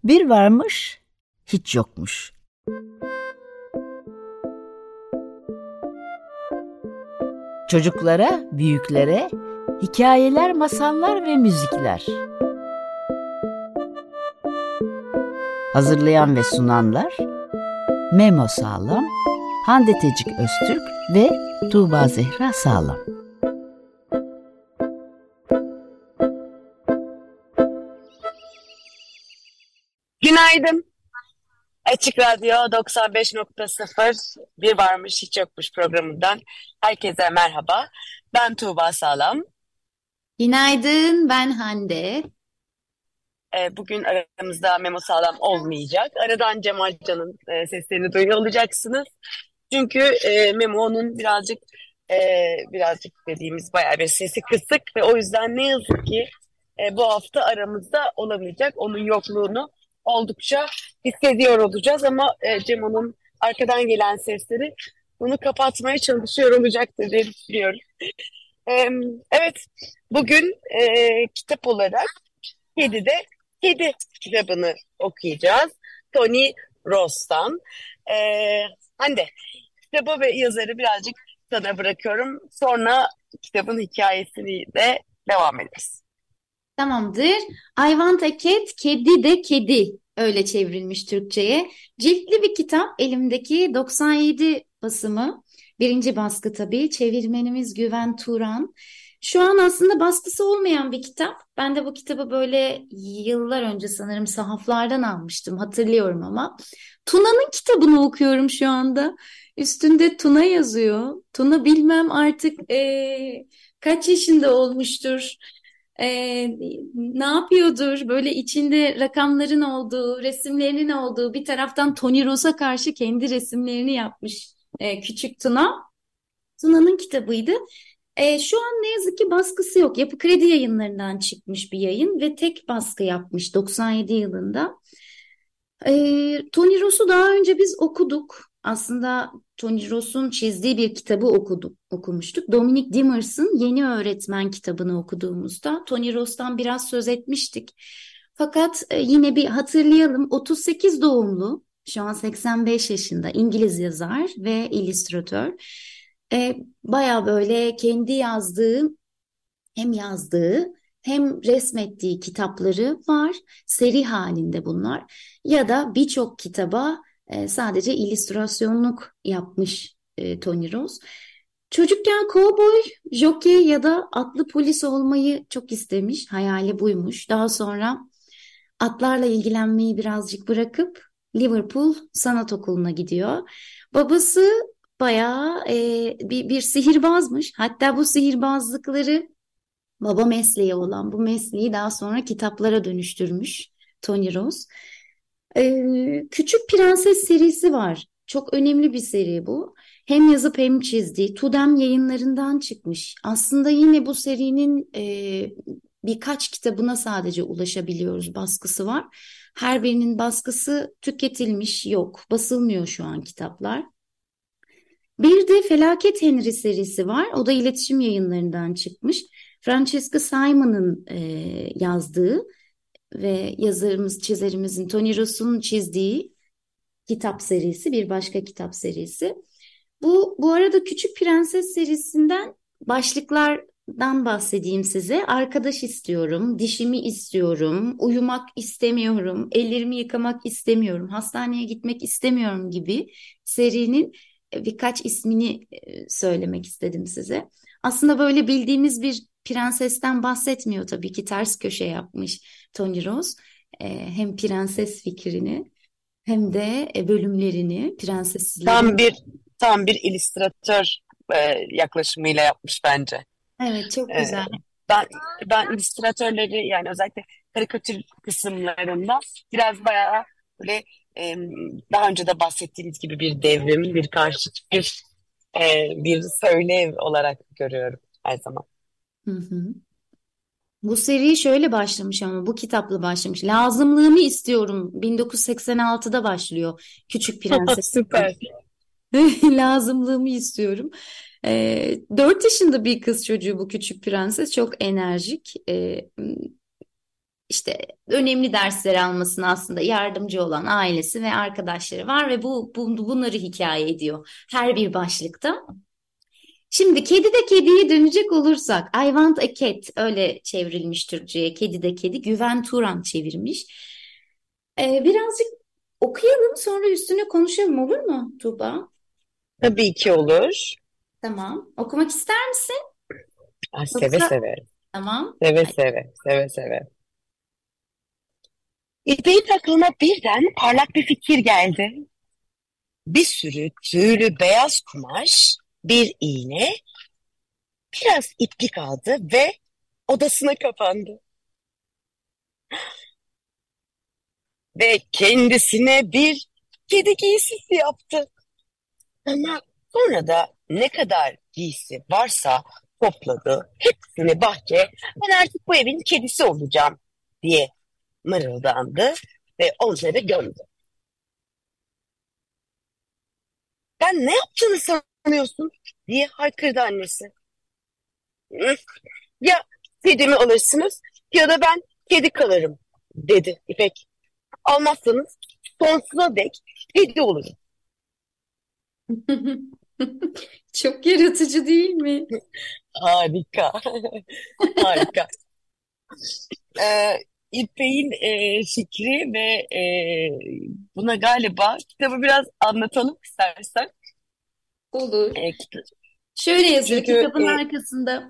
Bir varmış, hiç yokmuş. Çocuklara, büyüklere hikayeler, masallar ve müzikler. Hazırlayan ve sunanlar Memo Sağlam, Hande Tecik Öztürk ve Tuğba Zehra Sağlam. Günaydın. Açık Radyo 95.0 Bir Varmış Hiç Yokmuş programından herkese merhaba. Ben Tuğba Sağlam. Günaydın, ben Hande. Bugün aramızda Memo Sağlam olmayacak. Aradan Cemal Can'ın seslerini duyuyor olacaksınız. Çünkü Memo'nun birazcık dediğimiz bayağı bir sesi kısık ve o yüzden ne yazık ki bu hafta aramızda olamayacak. Onun yokluğunu oldukça hissediyor olacağız ama Cemo'nun arkadan gelen sesleri bunu kapatmaya çalışıyor olacaktır diye düşünüyorum. E, evet, bugün kitap olarak Kedi kitabını okuyacağız. Tony Ross'tan. Hande, kitabı ve yazarı birazcık sana bırakıyorum. Sonra kitabın hikayesini de devam ederiz. Tamamdır. I Want a Cat, Kedi de Kedi. Öyle çevrilmiş Türkçe'ye. Ciltli bir kitap. Elimdeki 97 basımı. Birinci baskı tabii. Çevirmenimiz Güven Turan. Şu an aslında baskısı olmayan bir kitap. Ben de bu kitabı böyle yıllar önce sanırım sahaflardan almıştım. Hatırlıyorum ama. Tuna'nın kitabını okuyorum şu anda. Üstünde Tuna yazıyor. Tuna bilmem artık kaç yaşında olmuştur. Ne yapıyordur? Böyle içinde rakamların olduğu, resimlerinin olduğu bir taraftan Tony Ross'a karşı kendi resimlerini yapmış küçük Tuna. Tuna'nın kitabıydı. Şu an ne yazık ki baskısı yok. Yapı Kredi Yayınları'ndan çıkmış bir yayın ve tek baskı yapmış 97 yılında. Tony Ross'u daha önce biz okuduk. Aslında Tony Ross'un çizdiği bir kitabı okumuştuk. Dominic Dimmers'ın Yeni Öğretmen kitabını okuduğumuzda Tony Ross'tan biraz söz etmiştik. Fakat yine bir hatırlayalım. 38 doğumlu, şu an 85 yaşında İngiliz yazar ve illüstratör. Baya böyle kendi yazdığı hem resmettiği kitapları var. Seri halinde bunlar. Ya da birçok kitaba sadece illüstrasyonluk yapmış Tony Ross. Çocukken kovboy, jokey ya da atlı polis olmayı çok istemiş. Hayali buymuş. Daha sonra atlarla ilgilenmeyi birazcık bırakıp Liverpool Sanat Okulu'na gidiyor. Babası bayağı bir sihirbazmış. Hatta bu sihirbazlıkları baba mesleği olan bu mesleği daha sonra kitaplara dönüştürmüş Tony Ross. Küçük Prenses serisi var. Çok önemli bir seri bu. Hem yazıp hem çizdi. Tudem yayınlarından çıkmış. Aslında yine bu serinin birkaç kitabına sadece ulaşabiliyoruz. Baskısı var. Her birinin baskısı tüketilmiş, yok. Basılmıyor şu an kitaplar. Bir de Felaket Henry serisi var. O da iletişim yayınlarından çıkmış. Francesca Simon'ın yazdığı ve yazarımız, çizerimizin Tony Ross'un çizdiği kitap serisi, bir başka kitap serisi. Bu arada Küçük Prenses serisinden başlıklardan bahsedeyim size. Arkadaş istiyorum, dişimi istiyorum, uyumak istemiyorum, ellerimi yıkamak istemiyorum, hastaneye gitmek istemiyorum gibi serinin birkaç ismini söylemek istedim size. Aslında böyle bildiğimiz bir prensesten bahsetmiyor, tabii ki ters köşe yapmış Tony Ross. Hem prenses fikrini hem de bölümlerini Tam prenseslerin. bir tam bir illüstratör yaklaşımıyla yapmış bence. Evet, çok E, güzel. ben ben illüstratörleri yani özellikle karikatür kısımlarında biraz bayağı böyle e, daha önce de bahsettiğimiz gibi bir devrim, bir karşıt bir söylev olarak görüyorum her zaman. Hı hı. Bu seri şöyle başlamış, ama bu kitapla başlamış. Lazımlığımı istiyorum. 1986'da başlıyor Küçük Prenses. Süper. Lazımlığımı istiyorum. 4 yaşında bir kız çocuğu bu Küçük Prenses. Çok enerjik. işte önemli dersler almasına aslında yardımcı olan ailesi ve arkadaşları var ve bunları hikaye ediyor her bir başlıkta. Şimdi kedi de kediye dönecek olursak I want a cat öyle çevrilmiş Türkçe'ye. Kedi de kedi. Güven Turan çevirmiş. Birazcık okuyalım sonra üstüne konuşalım olur mu Tuğba? Tabii ki olur. Tamam. Okumak ister misin? Seve Yoksa seve. tamam. Seve seve. Seve seve. İpek'in aklına birden parlak bir fikir geldi. Bir sürü tüylü beyaz kumaş, bir iğne, biraz iplik aldı ve odasına kapandı. Ve kendisine bir kedi giysisi yaptı. Ama sonra da ne kadar giysi varsa topladı. Hepsini bahçeye ben artık bu evin kedisi olacağım diye mırıldandı ve onları gömdü. Ben ne yaptığını sanıyorsun diye haykırdı annesi. "Hı, ya kedimi alırsınız ya da ben kedi kalırım dedi İpek. Almazsanız sonsuza dek kedi olurum. Çok yaratıcı değil mi? Harika, harika. Ee, İpek'in fikri ve buna galiba kitabı biraz anlatalım istersen. Olur. E, Şöyle yazıyor çünkü kitabın arkasında.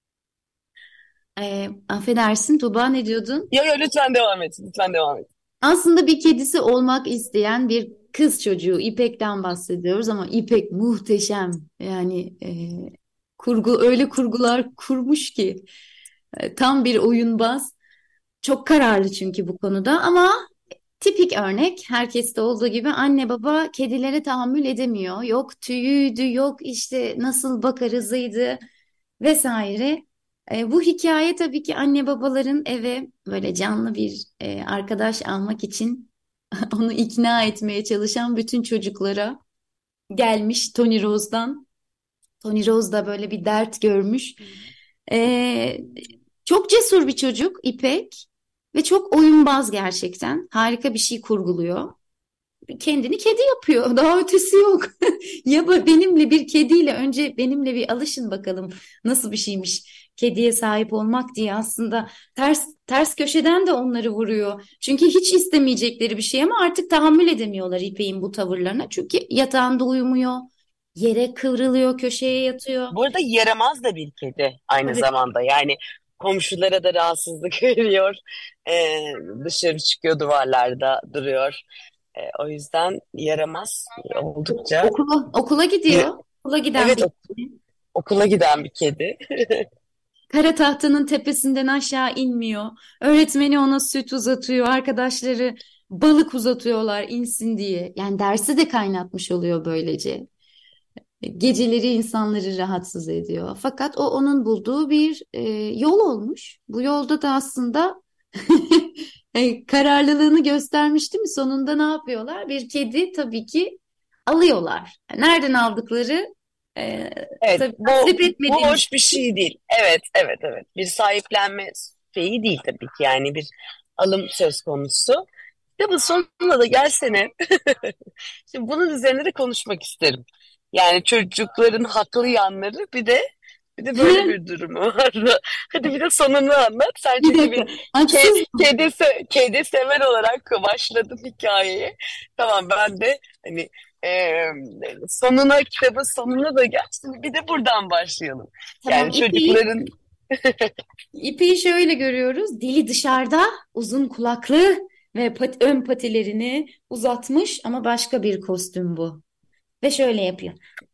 Affedersin Tuğba ne diyordun? yo yo lütfen devam et, lütfen devam et. Aslında bir kedisi olmak isteyen bir kız çocuğu İpek'ten bahsediyoruz ama İpek muhteşem. Yani kurgu öyle kurgular kurmuş ki tam bir oyunbaz. Çok kararlı çünkü bu konuda ama tipik örnek herkeste olduğu gibi anne baba kedilere tahammül edemiyor. Yok tüyüydü, yok işte nasıl bakarızıydı vesaire. Bu hikaye tabii ki anne babaların eve böyle canlı bir arkadaş almak için onu ikna etmeye çalışan bütün çocuklara gelmiş Tony Rose'dan. Tony Rose da böyle bir dert görmüş. E, Çok cesur bir çocuk İpek ve çok oyunbaz gerçekten. Harika bir şey kurguluyor. Kendini kedi yapıyor. Daha ötesi yok. Ya benimle bir kediyle önce benimle bir alışın bakalım nasıl bir şeymiş kediye sahip olmak diye aslında ters köşeden de onları vuruyor. Çünkü hiç istemeyecekleri bir şey ama artık tahammül edemiyorlar İpek'in bu tavırlarına. Çünkü yatağında uyumuyor, yere kıvrılıyor, köşeye yatıyor. Bu arada yaramaz da bir kedi aynı Tabii. zamanda. Yani komşulara da rahatsızlık veriyor. Dışarı çıkıyor, duvarlarda duruyor. O yüzden yaramaz oldukça. Okula gidiyor. Okula giden Evet, bir okula giden bir kedi. kara tahtanın tepesinden aşağı inmiyor. Öğretmeni ona süt uzatıyor. Arkadaşları balık uzatıyorlar insin diye. Yani dersi de kaynatmış oluyor böylece. Geceleri insanları rahatsız ediyor. Fakat o onun bulduğu bir yol olmuş. Bu yolda da aslında kararlılığını göstermiş değil mi? Sonunda ne yapıyorlar? Bir kedi tabii ki alıyorlar. Nereden aldıkları e, Evet, tabii bu nasip bu etmediğimiz. hoş bir şey değil. Evet, evet, evet. Bir sahiplenme şeyi değil tabii ki. Yani bir alım söz konusu. Kitabın sonuna da gelsene. Şimdi bunun üzerine de konuşmak isterim. Yani çocukların haklı yanları bir de böyle bir durumu var. Hadi bir de sonunu anlat. Sen Bir çünkü dakika. bir Haksız. kedi sever olarak başladın hikayeye. Tamam ben de hani kitabın sonuna da gel. Şimdi bir de buradan başlayalım. Tamam Yani çocukların İpeyi şöyle görüyoruz. Dili dışarıda, uzun kulaklı ve ön patilerini uzatmış ama başka bir kostüm bu. Ve şöyle yapıyor.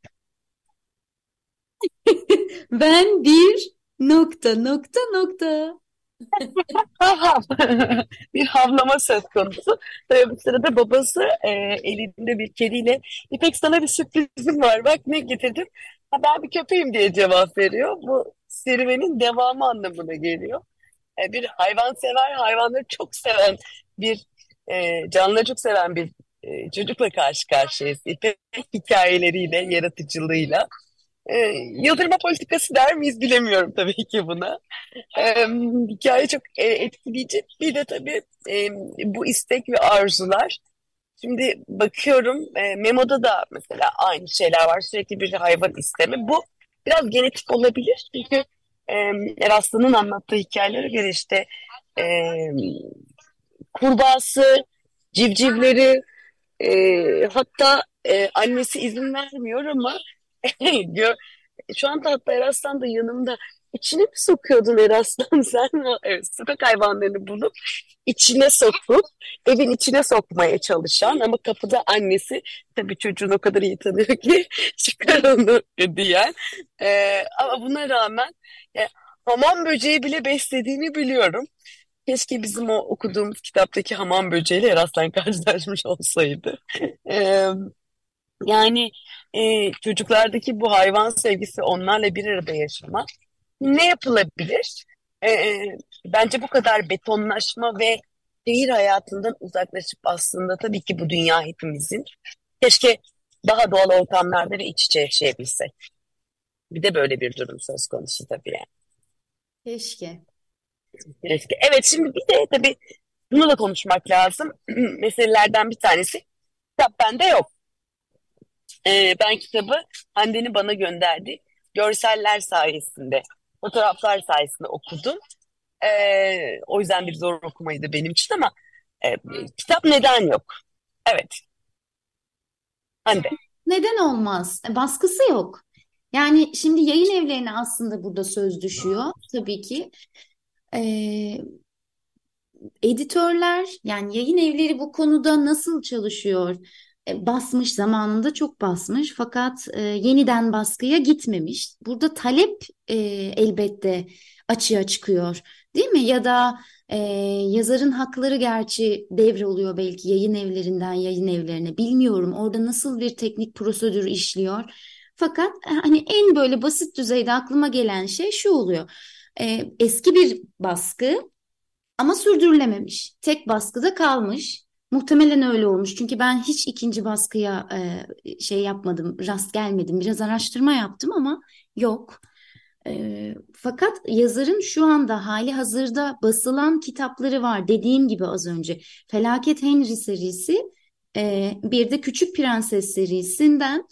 Ben bir nokta nokta nokta. hav bir havlama söz konusu. Tabii bu sırada babası elinde bir kediyle İpek sana bir sürprizim var. Bak ne getirdim. Ha, ben bir köpeğim diye cevap veriyor. Bu serüvenin devamı anlamına geliyor. Bir hayvansever, hayvanları çok seven bir canlıları çok seven bir çocukla karşı karşıyayız. İpek hikayeleriyle, yaratıcılığıyla. e, yıldırma politikası der miyiz bilemiyorum tabii ki buna. E, Hikaye çok etkileyici. Bir de tabii bu istek ve arzular. Şimdi bakıyorum Memo'da da mesela aynı şeyler var. Sürekli bir hayvan isteme. Bu biraz genetik olabilir. Çünkü e, Eraslı'nın anlattığı hikayelere göre işte e, kurbağası, civcivleri, hatta annesi izin vermiyor ama gö- şu anda hatta Eraslan da yanımda. İçine mi sokuyordun Eraslan sen? Evet, sokak hayvanlarını bulup içine sokup evin içine sokmaya çalışan ama kapıda annesi tabii çocuğunu o kadar iyi tanıyor ki çıkar onu diyen. Ama buna rağmen e, hamam böceği bile beslediğini biliyorum. Keşke bizim o okuduğumuz kitaptaki hamam böceğiyle Eraslan karşılaşmış olsaydı. Ee, Yani çocuklardaki bu hayvan sevgisi, onlarla bir arada yaşamak ne yapılabilir? Bence bu kadar betonlaşma ve şehir hayatından uzaklaşıp aslında tabii ki bu dünya hepimizin. Keşke daha doğal ortamlarda ve iç içe yaşayabilsek. Bir de böyle bir durum söz konusu tabii yani. Keşke. Keşke. Evet, şimdi bir de tabii bunu da konuşmak lazım. Meselelerden bir tanesi kitap bende yok. Ben kitabı Hande'nin bana gönderdi. Görseller sayesinde, fotoğraflar sayesinde okudum. O yüzden bir zor okumaydı benim için ama e, kitap neden yok? Evet, Hande. Neden olmaz? Baskısı yok. Yani şimdi yayın evlerine aslında burada söz düşüyor tabii ki. Ee, Editörler yani yayın evleri bu konuda nasıl çalışıyor? Basmış zamanında çok basmış fakat yeniden baskıya gitmemiş. Burada talep elbette açığa çıkıyor, değil mi? Ya da e, yazarın hakları gerçi devroluyor belki yayın evlerinden yayın evlerine bilmiyorum. Orada nasıl bir teknik prosedür işliyor? Fakat hani en böyle basit düzeyde aklıma gelen şey şu oluyor. Eski bir baskı ama sürdürülememiş. Tek baskıda kalmış. Muhtemelen öyle olmuş. Çünkü ben hiç ikinci baskıya şey yapmadım, rast gelmedim. Biraz araştırma yaptım ama yok. Fakat yazarın şu anda hali hazırda basılan kitapları var. Dediğim gibi az önce. Felaket Henry serisi, bir de Küçük Prenses serisinden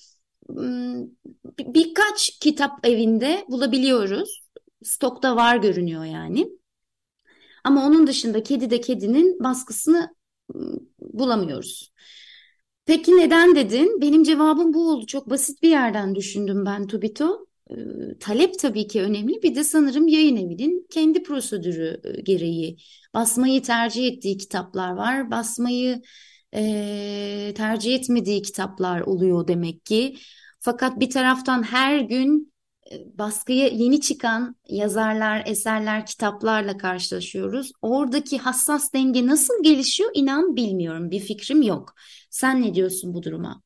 birkaç kitap evinde bulabiliyoruz. Stokta var görünüyor yani. Ama onun dışında Kedi de Kedi'nin baskısını bulamıyoruz. Peki neden dedin? Benim cevabım bu oldu. Çok basit bir yerden düşündüm ben Tubito. Talep tabii ki önemli. Bir de sanırım yayın evinin kendi prosedürü gereği basmayı tercih ettiği kitaplar var. Basmayı tercih etmediği kitaplar oluyor demek ki. Fakat bir taraftan her gün baskıya yeni çıkan yazarlar, eserler, kitaplarla karşılaşıyoruz. Oradaki hassas denge nasıl gelişiyor inan bilmiyorum. Bir fikrim yok. Sen ne diyorsun bu duruma?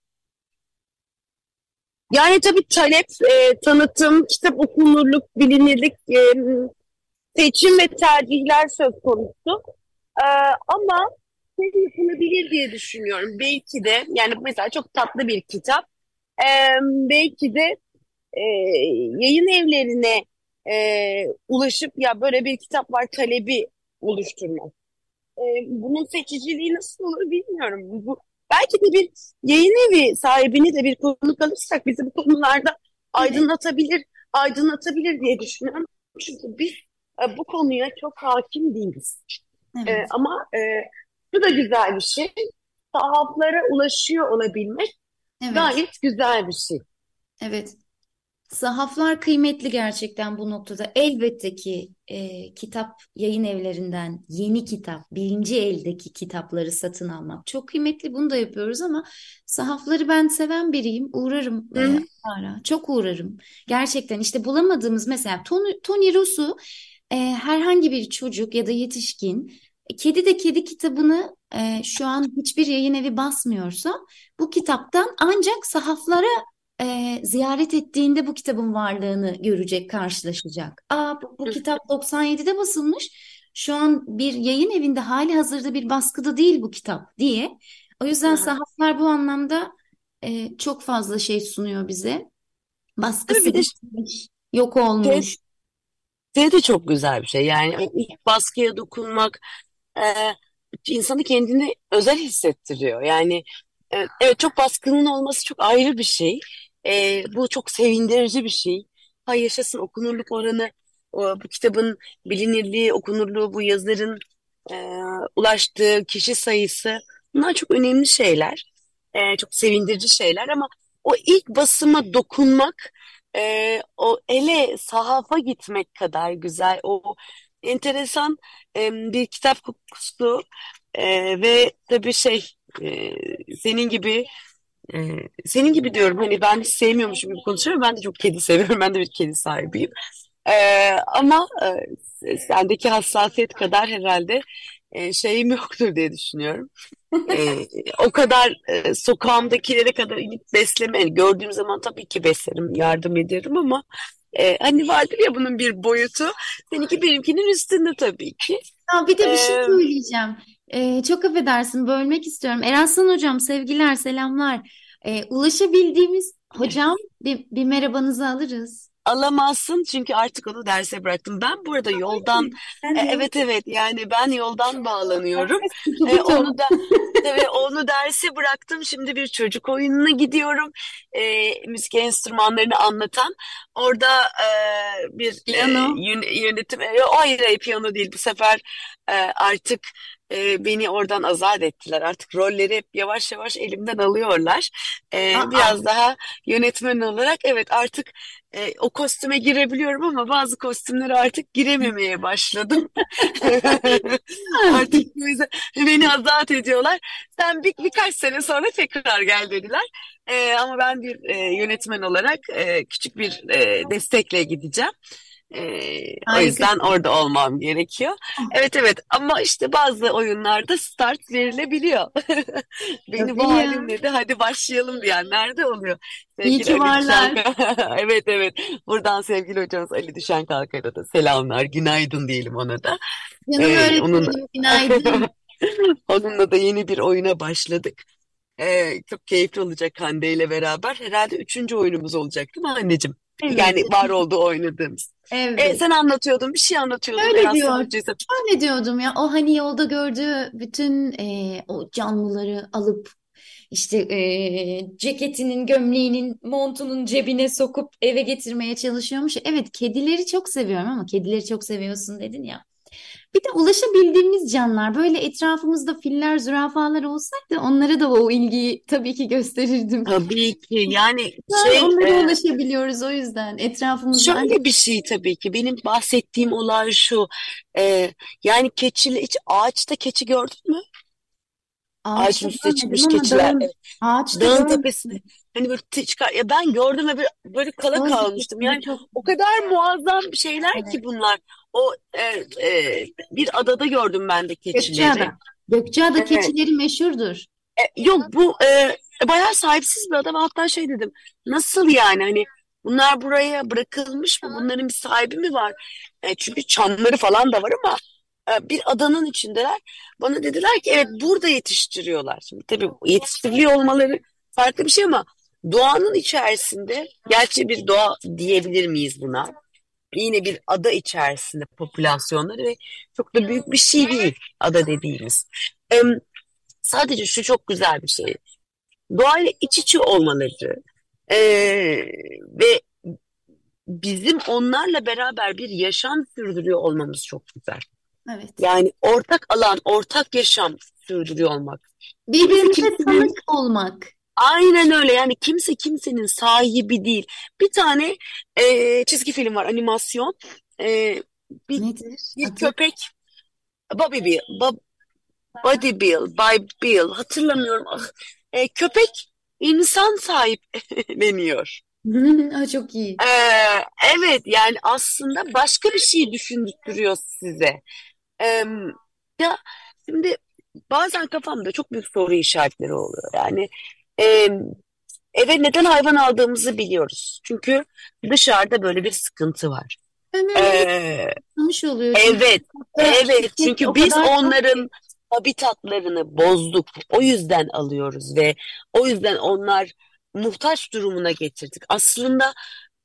Yani tabii talep, tanıtım, kitap okunurluk, bilinirlik, seçim ve tercihler söz konusu. E, Ama şey yapılabilir diye düşünüyorum. Belki de yani mesela çok tatlı bir kitap. E, Belki de e, yayın evlerine ulaşıp ya böyle bir kitap var talebi oluşturmak. Bunun seçiciliği nasıl olur bilmiyorum. Belki de bir yayın evi sahibini de bir konuk alırsak bizi bu konularda Evet, aydınlatabilir diye düşünüyorum. Çünkü biz bu konuya çok hakim değiliz. evet, Ama şu da güzel bir şey. Sahaflara ulaşıyor olabilmek evet, gayet güzel bir şey. evet. Sahaflar kıymetli gerçekten bu noktada. Elbette ki kitap yayın evlerinden yeni kitap, birinci eldeki kitapları satın almak çok kıymetli. Bunu da yapıyoruz ama sahafları ben seven biriyim. Uğrarım Hı hı. ara. Çok uğrarım. Gerçekten işte bulamadığımız mesela Tony Ross'u herhangi bir çocuk ya da yetişkin Kedi de Kedi kitabını şu an hiçbir yayın evi basmıyorsa bu kitaptan ancak sahaflara ziyaret ettiğinde bu kitabın varlığını görecek, karşılaşacak. Bu kitap 97'de basılmış. Şu an bir yayın evinde hali hazırda bir baskıda değil bu kitap diye. O yüzden Hı. sahaflar bu anlamda çok fazla şey sunuyor bize. Baskısı Tabii bir de bitmiş, yok şey, olmuş. şey de çok güzel bir şey. Yani o ilk baskıya dokunmak e, insanı kendini özel hissettiriyor. Yani evet, çok baskının olması çok ayrı bir şey. Bu çok sevindirici bir şey. Ha, yaşasın okunurluk oranı, bu kitabın bilinirliği, okunurluğu, bu yazarın e, ulaştığı kişi sayısı, bunlar çok önemli şeyler. Çok sevindirici şeyler ama o ilk basıma dokunmak, o ele sahafa gitmek kadar güzel, o enteresan bir kitap kokusu ve tabii e, senin gibi senin gibi diyorum, hani ben hiç sevmiyormuşum gibi konuşuyorum. Ben de çok kedi seviyorum. Ben de bir kedi sahibiyim. Ama sendeki hassasiyet kadar herhalde şeyim yoktur diye düşünüyorum. O kadar sokağımdakilere kadar inip besleme. Yani gördüğüm zaman tabii ki beslerim, yardım ederim ama hani vardır ya bunun bir boyutu. Seninki benimkinin üstünde tabii ki. Ya bir de bir şey E, söyleyeceğim. Çok affedersin, bölmek istiyorum. Eraslan hocam, sevgiler, selamlar. Ulaşabildiğimiz hocam, bir merhabanızı alırız. Alamazsın çünkü artık onu derse bıraktım. Ben burada yoldan, Ben de yok. evet evet, yani ben yoldan bağlanıyorum. Kutu buton. Onu da tabii onu derse bıraktım. Şimdi bir çocuk oyununa gidiyorum. Müzik enstrümanlarını anlatan. Orada bir Piyano. yönetim. Hayır, hayır, piyano değil. Bu sefer artık beni oradan azat ettiler. Artık rolleri hep yavaş yavaş elimden alıyorlar. Aa, Biraz daha yönetmen olarak, evet, artık o kostüme girebiliyorum ama bazı kostümlere artık girememeye başladım. Artık bu yüzden beni azat ediyorlar. Sen birkaç sene sonra tekrar gel dediler. Ama ben bir yönetmen olarak küçük bir destekle gideceğim. O harika. yüzden orada olmam gerekiyor. Evet evet, ama işte bazı oyunlarda start verilebiliyor. Beni bu Tabii ya. halimle de hadi başlayalım diyenler de oluyor. İyi Sevgili ki Ali Düşen varlar. Evet evet, buradan sevgili hocamız Ali Düşen Kalkar'a da selamlar, günaydın diyelim ona da. Canım Onun öğretmenim, günaydın. onunla da yeni bir oyuna başladık. Çok keyifli olacak Hande ile beraber. Herhalde üçüncü oyunumuz olacak değil mi anneciğim? Evet, Yani var olduğu oynadığımız. evet. Sen anlatıyordun, bir şey anlatıyordun Öyle Eraslan diyor. Hoca'ysa. Öyle diyordum ya. O hani yolda gördüğü bütün o canlıları alıp işte ceketinin, gömleğinin, montunun cebine sokup eve getirmeye çalışıyormuş. Evet, kedileri çok seviyorum ama kedileri çok seviyorsun dedin ya. Bir de ulaşabildiğimiz canlılar, böyle etrafımızda filler, zürafalar olsaydı onlara da o ilgiyi tabii ki gösterirdim. Tabii ki, yani Yani onlara ulaşabiliyoruz, o yüzden etrafımızda. şöyle bir şey, tabii ki benim bahsettiğim olay şu. Yani keçili, hiç ağaçta keçi gördün mü? Ağacın Ağaçta üstüne görmedim çıkmış ama keçiler. Evet. ağaçta Dağın görmedim. tepesinde hani böyle çıkar ya, ben gördüm ve böyle kala Dağın kalmıştım. tepesinde Yani çok. o kadar muazzam şeyler Evet. ki bunlar. O bir adada gördüm ben de keçileri. Gökçeada. Gökçeada Evet. keçileri meşhurdur. Yok, bu bayağı sahipsiz bir ada ve hatta şey dedim. Nasıl yani, hani bunlar buraya bırakılmış mı? Bunların bir sahibi mi var? Çünkü çamları falan da var ama bir adanın içindeler. Bana dediler ki evet, burada yetiştiriyorlar. Şimdi tabii yetiştiriliyor olmaları farklı bir şey ama doğanın içerisinde, gerçi bir doğa diyebilir miyiz buna? Yine bir ada içerisinde popülasyonları ve çok da büyük bir şey değil ada dediğimiz. Em, Sadece şu çok güzel bir şey. Doğayla iç içe olmaları ve bizim onlarla beraber bir yaşam sürdürüyor olmamız çok güzel. Evet. Yani ortak alan, ortak yaşam sürdürüyor olmak. Kimse Birbirimize kimsenin, tanık olmak. aynen öyle, yani kimse kimsenin sahibi değil. Bir tane çizgi film var, animasyon. E, bir, Nedir bir adı? köpek, Bobby Bill, Buddy Bill, Bay Bill, hatırlamıyorum. Ah, köpek insan sahipleniyor. Aa, çok iyi. Evet, yani aslında başka bir şey düşündürtüyor size. Ee, Ya şimdi bazen kafamda çok büyük soru işaretleri oluyor. Yani e, eve neden hayvan aldığımızı biliyoruz. Çünkü dışarıda böyle bir sıkıntı var. Ben öyle Ee, anlamış oluyor çünkü evet, evet, şirket çünkü o biz kadar çok onların ki. habitatlarını bozduk. O yüzden alıyoruz ve o yüzden onlar muhtaç durumuna getirdik. Aslında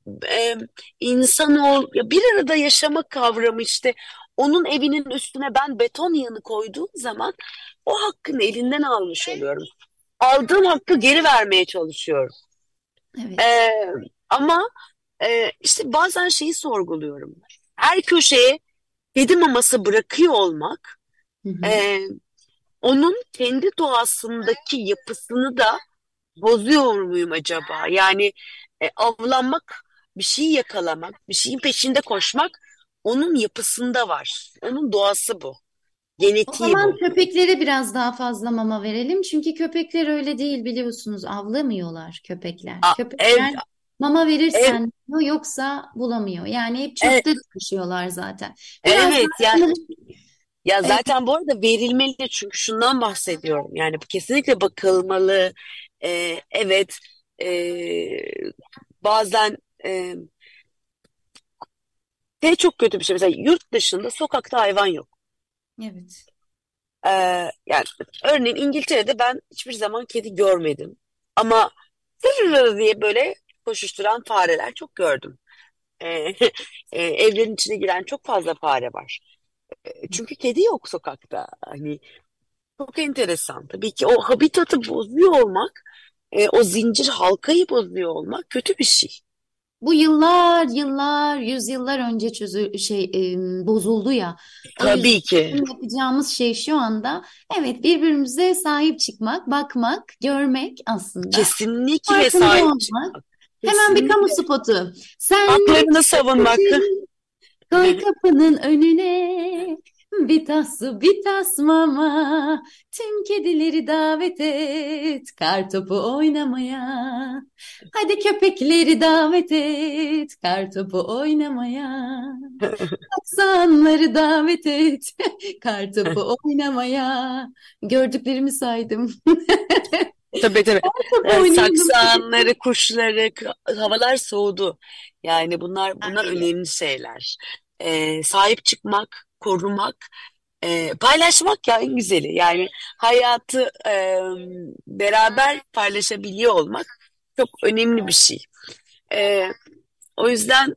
e, insanoğlu ya bir arada yaşama kavramı işte onun evinin üstüne ben beton yığını koyduğum zaman o hakkını elinden almış oluyorum. Aldığım hakkı geri vermeye çalışıyorum. E, Evet. ama işte bazen şeyi sorguluyorum. Her köşeye kedi maması bırakıyor olmak Hı hı. e, onun kendi doğasındaki yapısını da bozuyor muyum acaba? Yani avlanmak, bir şeyi yakalamak, bir şeyin peşinde koşmak onun yapısında var. Onun doğası bu. O Genetiği zaman bu. köpeklere biraz daha fazla mama verelim. Çünkü köpekler öyle değil biliyorsunuz. Avlamıyorlar köpekler. A- ev, Köpekler mama ev, verirsen yiyor, yoksa bulamıyor. Yani hep e- çöpte taşıyorlar zaten. Biraz evet daha yani sanırım, ya e, zaten bu arada verilmeli çünkü şundan bahsediyorum. Yani bu kesinlikle bakılmalı. Evet e, bazen çok kötü bir şey. Mesela yurt dışında sokakta hayvan yok. evet. Ee, yani örneğin İngiltere'de ben hiçbir zaman kedi görmedim. Ama tırırır diye böyle koşuşturan fareler çok gördüm. Ee, evlerin içine giren çok fazla fare var. Çünkü kedi yok sokakta. Hani çok enteresan. Tabii ki o habitatı bozuyor olmak, o zincir halkayı bozuyor olmak kötü bir şey. Bu yıllar, yıllar, yüzyıllar önce bozuldu ya. O yüzden Tabii ki. bizim yapacağımız şey şu anda, evet, birbirimize sahip çıkmak, bakmak, görmek aslında. Kesinlikle Farkında sahip olmak. çıkmak. Hemen bir kamu Kesinlikle. spotu. Sen Haklarını savunmak. koy kapının önüne bir tas su bir tas mama, tüm kedileri davet et kartopu oynamaya. Hadi köpekleri davet et kartopu oynamaya. Aksanları davet et kartopu oynamaya. Gördüklerimi saydım. Tabii tabii. Kartopu oynayalım. Saksanları, kuşları, havalar soğudu. Yani bunlar önemli şeyler. Sahip çıkmak, korumak, paylaşmak ya en güzeli. Yani hayatı beraber paylaşabiliyor olmak çok önemli bir şey. E, o yüzden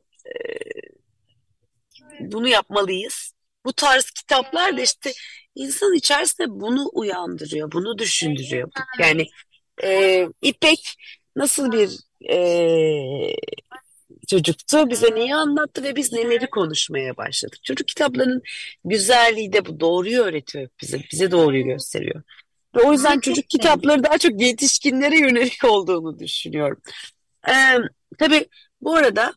bunu yapmalıyız. Bu tarz kitaplar da işte insan içerisinde bunu uyandırıyor, bunu düşündürüyor. Yani İpek nasıl bir çocuktu, bize neyi anlattı ve biz neleri konuşmaya başladık. Çocuk kitaplarının güzelliği de bu. Doğruyu öğretiyor bize doğruyu gösteriyor. Ve o yüzden çocuk Kesinlikle. kitapları daha çok yetişkinlere yönelik olduğunu düşünüyorum. E, tabii bu arada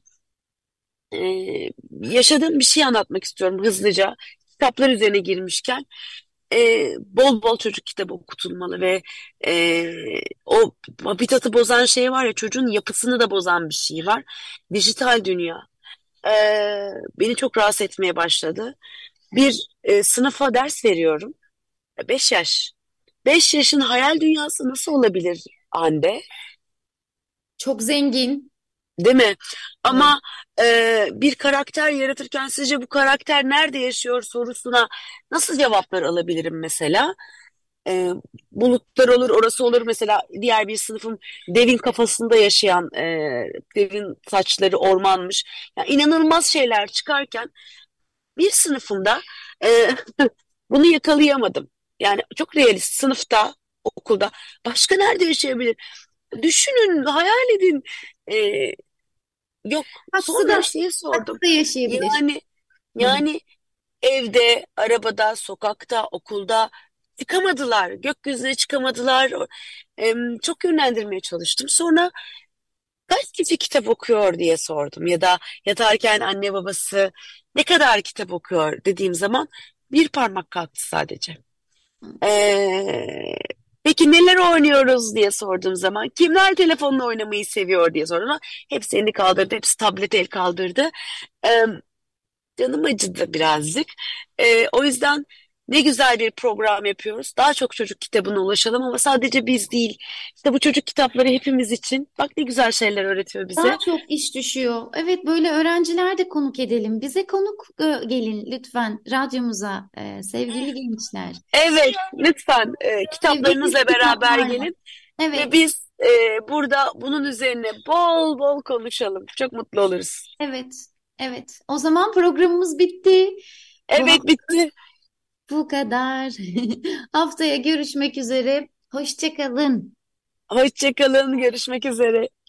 yaşadığım bir şey anlatmak istiyorum hızlıca. Kitaplar üzerine girmişken bol bol çocuk kitabı okutulmalı ve e, o habitatı bozan şey var ya çocuğun yapısını da bozan bir şey var. Dijital dünya. E, beni çok rahatsız etmeye başladı. Bir sınıfa ders veriyorum. 5 yaş. 5 yaşın hayal dünyası nasıl olabilir Hande? Çok zengin. Değil mi? Evet. Ama bir karakter yaratırken sizce bu karakter nerede yaşıyor sorusuna nasıl cevaplar alabilirim mesela? E, bulutlar olur, orası olur. Mesela diğer bir sınıfım devin kafasında yaşayan, devin saçları ormanmış. Yani inanılmaz şeyler çıkarken bir sınıfımda e, bunu yakalayamadım. Yani çok realist sınıfta, okulda. Başka nerede yaşayabilir? Düşünün, hayal edin. E, yok. Saksı Sonra da, şeyi saksı sordum. da yaşayabilir. Yani Hı hı. yani evde, arabada, sokakta, okulda çıkamadılar. Gökyüzüne çıkamadılar. Çok yönlendirmeye çalıştım. Sonra kaç kişi kitap okuyor diye sordum. Ya da yatarken anne babası ne kadar kitap okuyor dediğim zaman bir parmak kalktı sadece. Ee, peki neler oynuyoruz diye sorduğum zaman kimler telefonla oynamayı seviyor diye sordum. Hepsi elini kaldırdı. Hepsi tablet el kaldırdı. Ee, Canım acıdı birazcık. O yüzden ne güzel bir program yapıyoruz. Daha çok çocuk kitabına ulaşalım ama sadece biz değil. İşte bu çocuk kitapları hepimiz için. Bak ne güzel şeyler öğretiyor Daha bize. çok iş düşüyor. Evet, böyle öğrenciler de konuk edelim. Bize konuk gelin lütfen radyomuza, sevgili gençler. Evet, lütfen Sevdiğiniz kitaplarınızla beraber kitaplarla. gelin ve Evet. biz burada bunun üzerine bol bol konuşalım. Çok mutlu oluruz. Evet, evet. O zaman programımız bitti. Bu Evet, hafta bitti. bu kadar. Haftaya görüşmek üzere. Hoşça kalın. Hoşça kalın. Görüşmek üzere.